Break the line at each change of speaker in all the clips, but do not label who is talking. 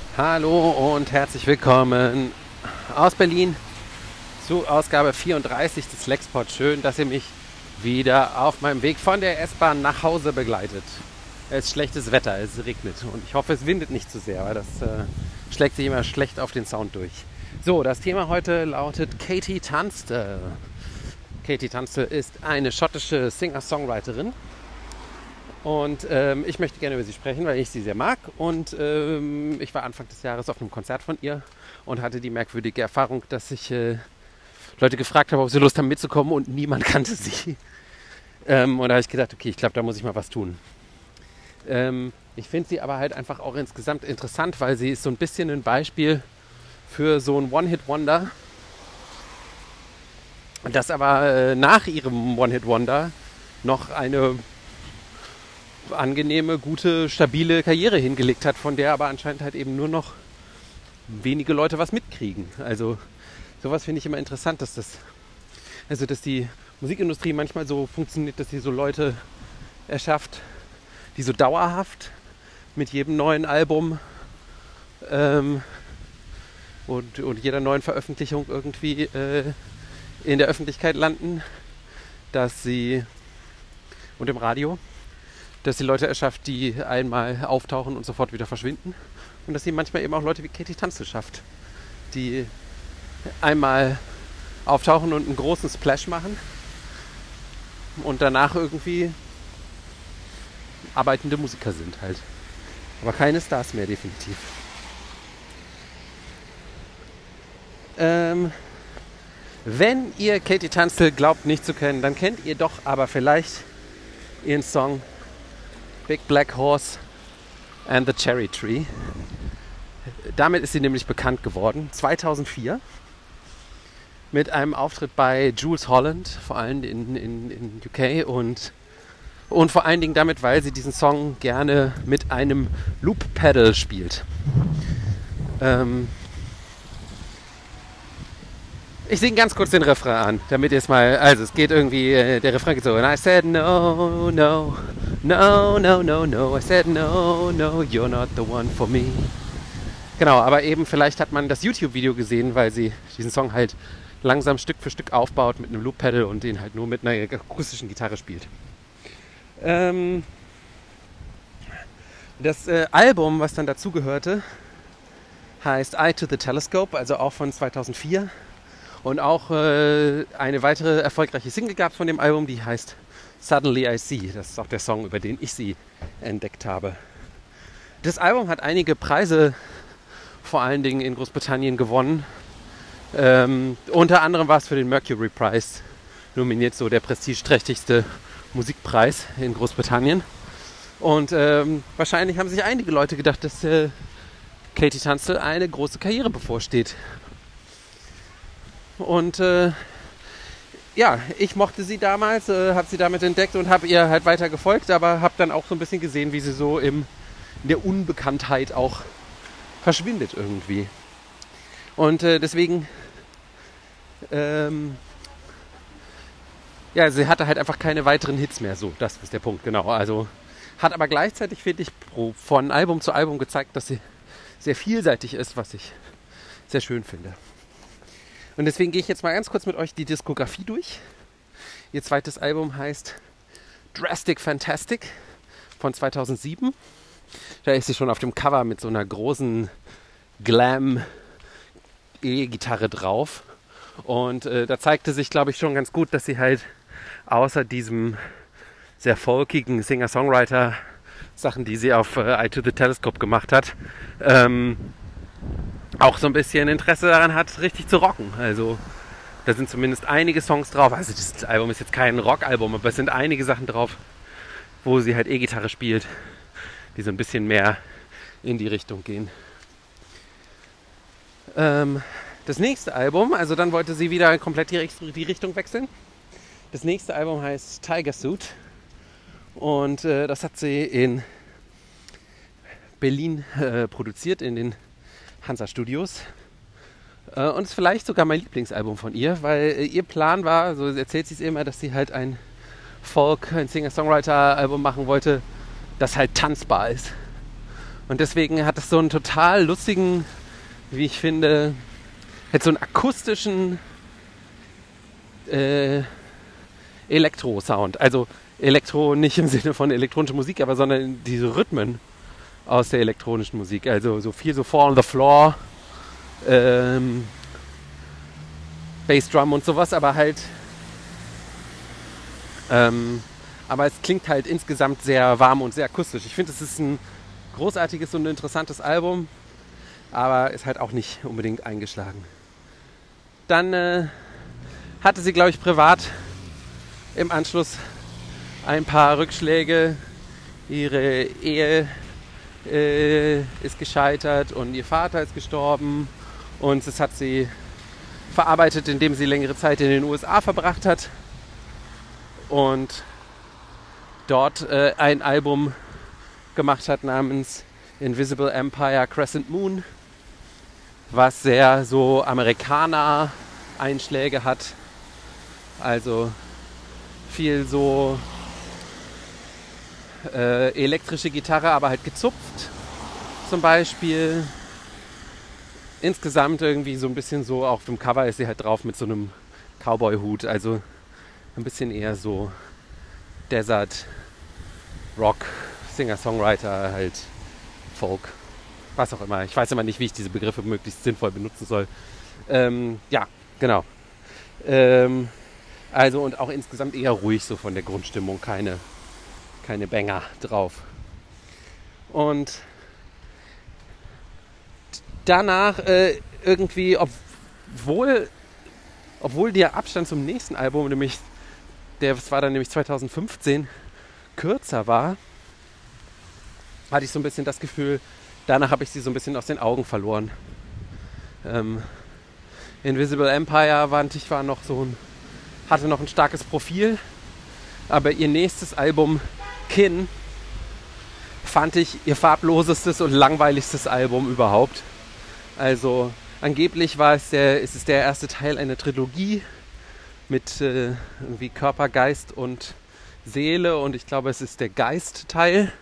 Hallo und herzlich willkommen aus Berlin zu Ausgabe 34 des Lexpod. Schön, dass ihr mich wieder auf meinem Weg von der S-Bahn nach Hause begleitet. Es ist schlechtes Wetter, es regnet und ich hoffe, es windet nicht zu sehr, weil das schlägt sich immer schlecht auf den Sound durch. So, das Thema heute lautet KT Tunstall. KT Tunstall ist eine schottische Singer-Songwriterin. Und ich möchte gerne über sie sprechen, weil ich sie sehr mag. Und ich war Anfang des Jahres auf einem Konzert von ihr und hatte die merkwürdige Erfahrung, dass ich Leute gefragt habe, ob sie Lust haben mitzukommen und niemand kannte sie. Und da habe ich gedacht, okay, ich glaube, da muss ich mal was tun. Ich finde sie aber halt einfach auch insgesamt interessant, weil sie ist so ein bisschen ein Beispiel für so ein One-Hit-Wonder. Das aber nach ihrem One-Hit-Wonder noch eine angenehme, gute, stabile Karriere hingelegt hat, von der aber anscheinend halt eben nur noch wenige Leute was mitkriegen. Also sowas finde ich immer interessant, dass die Musikindustrie manchmal so funktioniert, dass sie so Leute erschafft, die so dauerhaft mit jedem neuen Album und jeder neuen Veröffentlichung irgendwie in der Öffentlichkeit landen, und im Radio, dass sie Leute erschafft, die einmal auftauchen und sofort wieder verschwinden. Und dass sie manchmal eben auch Leute wie KT Tunstall schafft, die einmal auftauchen und einen großen Splash machen und danach irgendwie arbeitende Musiker sind halt. Aber keine Stars mehr, definitiv. Wenn ihr KT Tunstall glaubt nicht zu kennen, dann kennt ihr doch aber vielleicht ihren Song Big Black Horse and the Cherry Tree. Damit ist sie nämlich bekannt geworden, 2004, mit einem Auftritt bei Jools Holland, vor allem in UK und vor allen Dingen damit, weil sie diesen Song gerne mit einem Loop-Pedal spielt. Ich singe ganz kurz den Refrain an, damit ihr es mal... Also es geht irgendwie... Der Refrain geht so... And I said no, no, no, no, no, no. I said no, no, you're not the one for me. Genau, aber eben vielleicht hat man das YouTube-Video gesehen, weil sie diesen Song halt langsam Stück für Stück aufbaut mit einem Loop-Pedal und den halt nur mit einer akustischen Gitarre spielt. Das Album, was dann dazugehörte, heißt Eye to the Telescope, also auch von 2004. Und auch eine weitere erfolgreiche Single gab es von dem Album, die heißt Suddenly I See. Das ist auch der Song, über den ich sie entdeckt habe. Das Album hat einige Preise, vor allen Dingen in Großbritannien, gewonnen. Unter anderem war es für den Mercury Prize nominiert, so der prestigeträchtigste Musikpreis in Großbritannien. Und wahrscheinlich haben sich einige Leute gedacht, dass KT Tunstall eine große Karriere bevorsteht. Und ich mochte sie damals, habe sie damit entdeckt und habe ihr halt weiter gefolgt, aber habe dann auch so ein bisschen gesehen, wie sie so in der Unbekanntheit auch verschwindet irgendwie. Und deswegen, sie hatte halt einfach keine weiteren Hits mehr, so, das ist der Punkt, genau. Also hat aber gleichzeitig, finde ich, von Album zu Album gezeigt, dass sie sehr vielseitig ist, was ich sehr schön finde. Und deswegen gehe ich jetzt mal ganz kurz mit euch die Diskografie durch. Ihr zweites Album heißt Drastic Fantastic von 2007. Da ist sie schon auf dem Cover mit so einer großen Glam-E-Gitarre drauf. Und da zeigte sich, glaube ich, schon ganz gut, dass sie halt außer diesem sehr folkigen Singer-Songwriter-Sachen, die sie auf Eye to the Telescope gemacht hat, auch so ein bisschen Interesse daran hat, richtig zu rocken. Also da sind zumindest einige Songs drauf. Also das Album ist jetzt kein Rockalbum, aber es sind einige Sachen drauf, wo sie halt E-Gitarre spielt, die so ein bisschen mehr in die Richtung gehen. Das nächste Album, also dann wollte sie wieder komplett die Richtung wechseln. Das nächste Album heißt Tiger Suit und das hat sie in Berlin produziert, in den Hansa Studios. Und ist vielleicht sogar mein Lieblingsalbum von ihr, weil ihr Plan war, so erzählt sie es immer, dass sie halt ein Singer-Songwriter-Album machen wollte, das halt tanzbar ist. Und deswegen hat es so einen total lustigen, wie ich finde, hat so einen akustischen Elektro-Sound. Also Elektro nicht im Sinne von elektronischer Musik, aber sondern diese Rhythmen aus der elektronischen Musik. Also so viel so Four on the Floor, Bassdrum und sowas, aber halt aber es klingt halt insgesamt sehr warm und sehr akustisch. Ich finde, es ist ein großartiges und interessantes Album, aber ist halt auch nicht unbedingt eingeschlagen. Dann hatte sie, glaube ich, privat im Anschluss ein paar Rückschläge. Ihre Ehe ist gescheitert und ihr Vater ist gestorben. Und das hat sie verarbeitet, indem sie längere Zeit in den USA verbracht hat. Und dort ein Album gemacht hat namens Invisible Empire Crescent Moon, was sehr so Amerikaner-Einschläge hat. Also viel so elektrische Gitarre, aber halt gezupft zum Beispiel. Insgesamt irgendwie so ein bisschen so, auf dem Cover ist sie halt drauf mit so einem Cowboy-Hut. Also ein bisschen eher so Desert Rock, Singer-Songwriter, halt Folk, was auch immer. Ich weiß immer nicht, wie ich diese Begriffe möglichst sinnvoll benutzen soll. Ja, genau. Also und auch insgesamt eher ruhig so von der Grundstimmung, keine Banger drauf. Und danach irgendwie, obwohl der Abstand zum nächsten Album, nämlich das war dann nämlich 2015, kürzer war, hatte ich so ein bisschen das Gefühl, danach habe ich sie so ein bisschen aus den Augen verloren. Invisible Empire hatte noch ein starkes Profil, aber ihr nächstes Album Kin fand ich ihr farblosestes und langweiligstes Album überhaupt. Also angeblich ist es der erste Teil einer Trilogie mit irgendwie Körper, Geist und Seele, und ich glaube, es ist der Geist-Teil.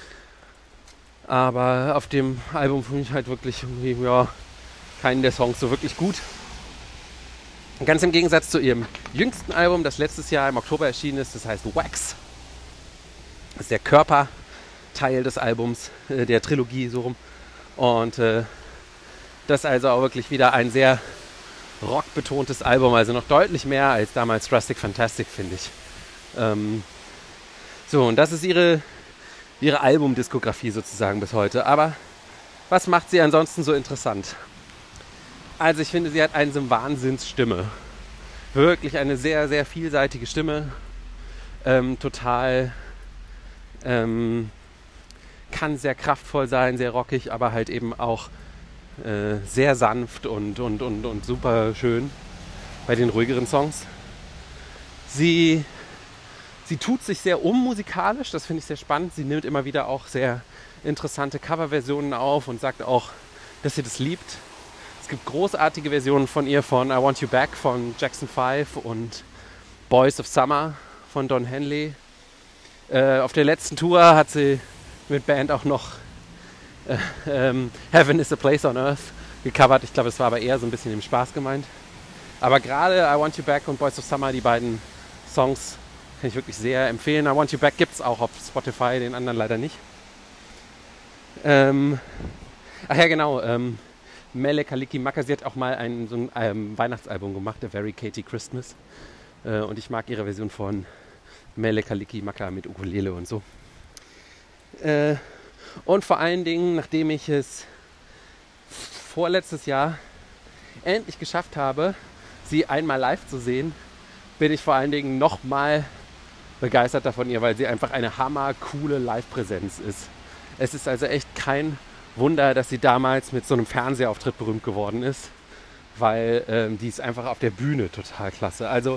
Aber auf dem Album finde ich halt wirklich irgendwie, ja, keinen der Songs so wirklich gut. Ganz im Gegensatz zu ihrem jüngsten Album, das letztes Jahr im Oktober erschienen ist, das heißt Wax. Das ist der Körperteil des Albums, der Trilogie so rum. Und das ist also auch wirklich wieder ein sehr rockbetontes Album, also noch deutlich mehr als damals Drastic Fantastic, finde ich. So, und das ist ihre Albumdiskografie sozusagen bis heute. Aber was macht sie ansonsten so interessant? Also ich finde, sie hat eine Wahnsinnsstimme. Wirklich eine sehr, sehr vielseitige Stimme. Total kann sehr kraftvoll sein, sehr rockig, aber halt eben auch sehr sanft und super schön bei den ruhigeren Songs. Sie tut sich sehr musikalisch, das finde ich sehr spannend. Sie nimmt immer wieder auch sehr interessante Coverversionen auf und sagt auch, dass sie das liebt. Es gibt großartige Versionen von ihr von I Want You Back von Jackson 5 und Boys of Summer von Don Henley. Auf der letzten Tour hat sie mit Band auch noch Heaven is a Place on Earth gecovert. Ich glaube, es war aber eher so ein bisschen im Spaß gemeint. Aber gerade I Want You Back und Boys of Summer, die beiden Songs, kann ich wirklich sehr empfehlen. I Want You Back gibt es auch auf Spotify, den anderen leider nicht. Ach ja, genau. Mele Kalikimaka, sie hat auch mal so ein Weihnachtsalbum gemacht, A Very Katy Christmas. Und ich mag ihre Version von Mele Kalikimaka mit Ukulele und so. Und vor allen Dingen, nachdem ich es vorletztes Jahr endlich geschafft habe, sie einmal live zu sehen, bin ich vor allen Dingen nochmal begeisterter von ihr, weil sie einfach eine hammercoole Live-Präsenz ist. Es ist also echt kein Wunder, dass sie damals mit so einem Fernsehauftritt berühmt geworden ist, weil die ist einfach auf der Bühne total klasse. Also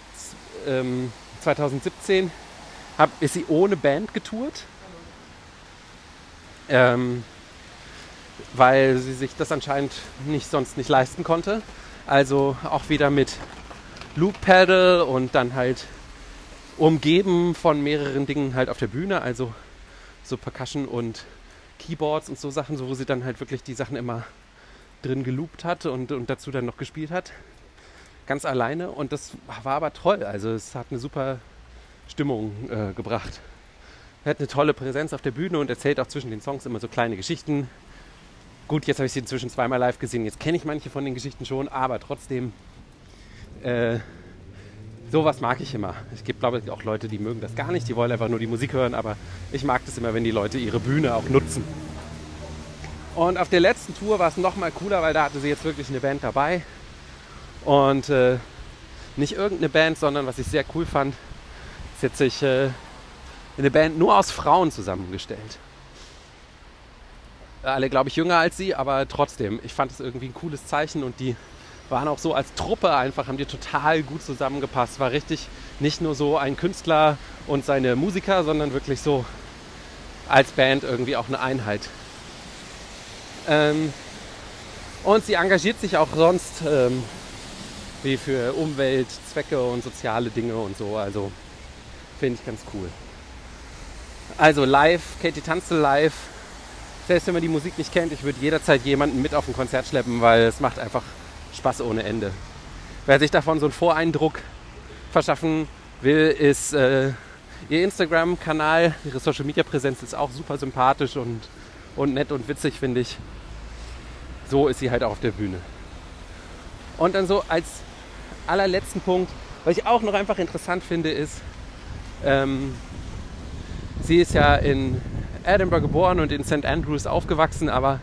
2017 ist sie ohne Band getourt, weil sie sich das anscheinend sonst nicht leisten konnte. Also auch wieder mit Loop Pedal und dann halt umgeben von mehreren Dingen halt auf der Bühne, also so Percussion und Keyboards und so Sachen, so wo sie dann halt wirklich die Sachen immer drin geloopt hat und dazu dann noch gespielt hat. Ganz alleine. Und das war aber toll. Also es hat eine super Stimmung gebracht. Er hat eine tolle Präsenz auf der Bühne und erzählt auch zwischen den Songs immer so kleine Geschichten. Gut, jetzt habe ich sie inzwischen zweimal live gesehen. Jetzt kenne ich manche von den Geschichten schon, aber trotzdem sowas mag ich immer. Es gibt, glaube ich, auch Leute, die mögen das gar nicht. Die wollen einfach nur die Musik hören, aber ich mag das immer, wenn die Leute ihre Bühne auch nutzen. Und auf der letzten Tour war es noch mal cooler, weil da hatte sie jetzt wirklich eine Band dabei. Und nicht irgendeine Band, sondern was ich sehr cool fand, ist jetzt sich eine Band nur aus Frauen zusammengestellt. Alle, glaube ich, jünger als sie, aber trotzdem, ich fand es irgendwie ein cooles Zeichen und die waren auch so als Truppe einfach, haben die total gut zusammengepasst. War richtig nicht nur so ein Künstler und seine Musiker, sondern wirklich so als Band irgendwie auch eine Einheit. Und sie engagiert sich auch sonst wie für Umweltzwecke und soziale Dinge und so. Also finde ich ganz cool. Also live, Katie Tunstall live. Selbst wenn man die Musik nicht kennt, ich würde jederzeit jemanden mit auf ein Konzert schleppen, weil es macht einfach Spaß ohne Ende. Wer sich davon so einen Voreindruck verschaffen will, ist ihr Instagram-Kanal, ihre Social-Media-Präsenz ist auch super sympathisch und nett und witzig, finde ich. So ist sie halt auch auf der Bühne. Und dann so als allerletzten Punkt, was ich auch noch einfach interessant finde, ist, sie ist ja in Edinburgh geboren und in St. Andrews aufgewachsen, aber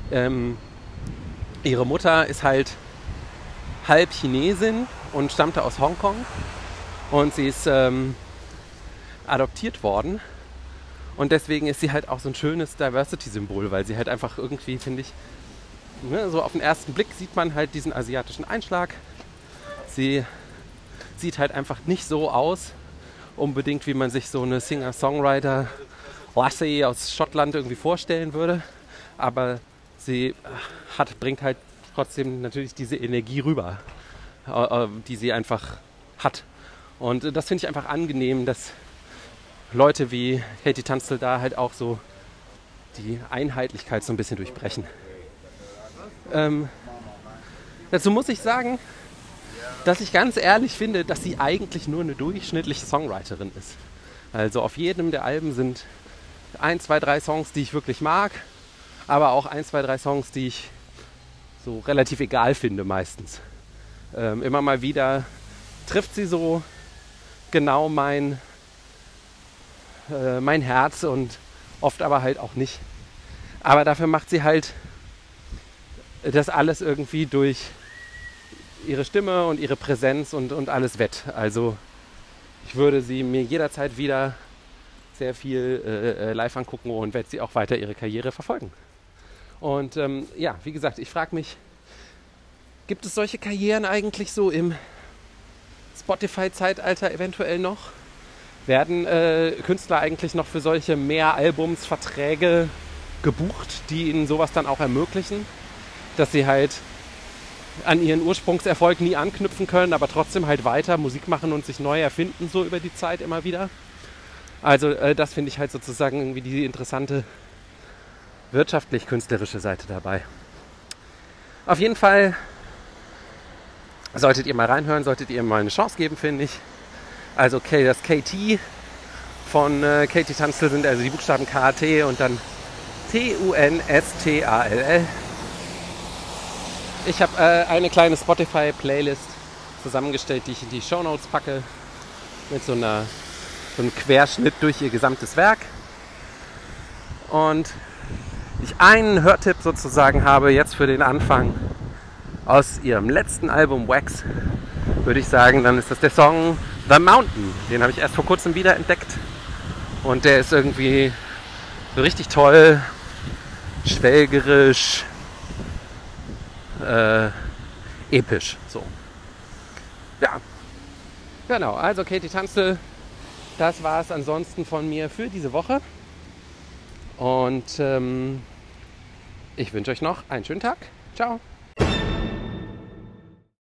ihre Mutter ist halt halb Chinesin und stammte aus Hongkong und sie ist adoptiert worden und deswegen ist sie halt auch so ein schönes Diversity-Symbol, weil sie halt einfach irgendwie, finde ich, ne, so auf den ersten Blick sieht man halt diesen asiatischen Einschlag. Sie sieht halt einfach nicht so aus, unbedingt wie man sich so eine Singer-Songwriter Lassie aus Schottland irgendwie vorstellen würde, aber sie bringt halt trotzdem natürlich diese Energie rüber, die sie einfach hat. Und das finde ich einfach angenehm, dass Leute wie Katie Tunstall da halt auch so die Einheitlichkeit so ein bisschen durchbrechen. Dazu muss ich sagen, dass ich ganz ehrlich finde, dass sie eigentlich nur eine durchschnittliche Songwriterin ist. Also auf jedem der Alben sind 1, 2, 3 Songs, die ich wirklich mag, aber auch 1, 2, 3 Songs, die ich so relativ egal finde meistens. Immer mal wieder trifft sie so genau mein Herz und oft aber halt auch nicht. Aber dafür macht sie halt das alles irgendwie durch ihre Stimme und ihre Präsenz und alles wett. Also ich würde sie mir jederzeit wieder sehr viel live angucken und werde sie auch weiter ihre Karriere verfolgen. Und ja, wie gesagt, ich frage mich, gibt es solche Karrieren eigentlich so im Spotify-Zeitalter eventuell noch? Werden Künstler eigentlich noch für solche Mehr-Albums-Verträge gebucht, die ihnen sowas dann auch ermöglichen? Dass sie halt an ihren Ursprungserfolg nie anknüpfen können, aber trotzdem halt weiter Musik machen und sich neu erfinden, so über die Zeit immer wieder. Also das finde ich halt sozusagen irgendwie die interessante wirtschaftlich-künstlerische Seite dabei. Auf jeden Fall solltet ihr mal reinhören, solltet ihr mal eine Chance geben, finde ich. Also okay, das KT von Katie Tunstall sind also die Buchstaben KT und dann TUNSTALL. Ich habe eine kleine Spotify-Playlist zusammengestellt, die ich in die Shownotes packe, mit so einem Querschnitt durch ihr gesamtes Werk. Und ich einen Hörtipp sozusagen habe jetzt für den Anfang aus ihrem letzten Album Wax, würde ich sagen, dann ist das der Song The Mountain. Den habe ich erst vor kurzem wieder entdeckt und der ist irgendwie so richtig toll, schwelgerisch, episch. So. Ja, genau. Also Katie Tunstall, das war es ansonsten von mir für diese Woche. Und ich wünsche euch noch einen schönen Tag. Ciao.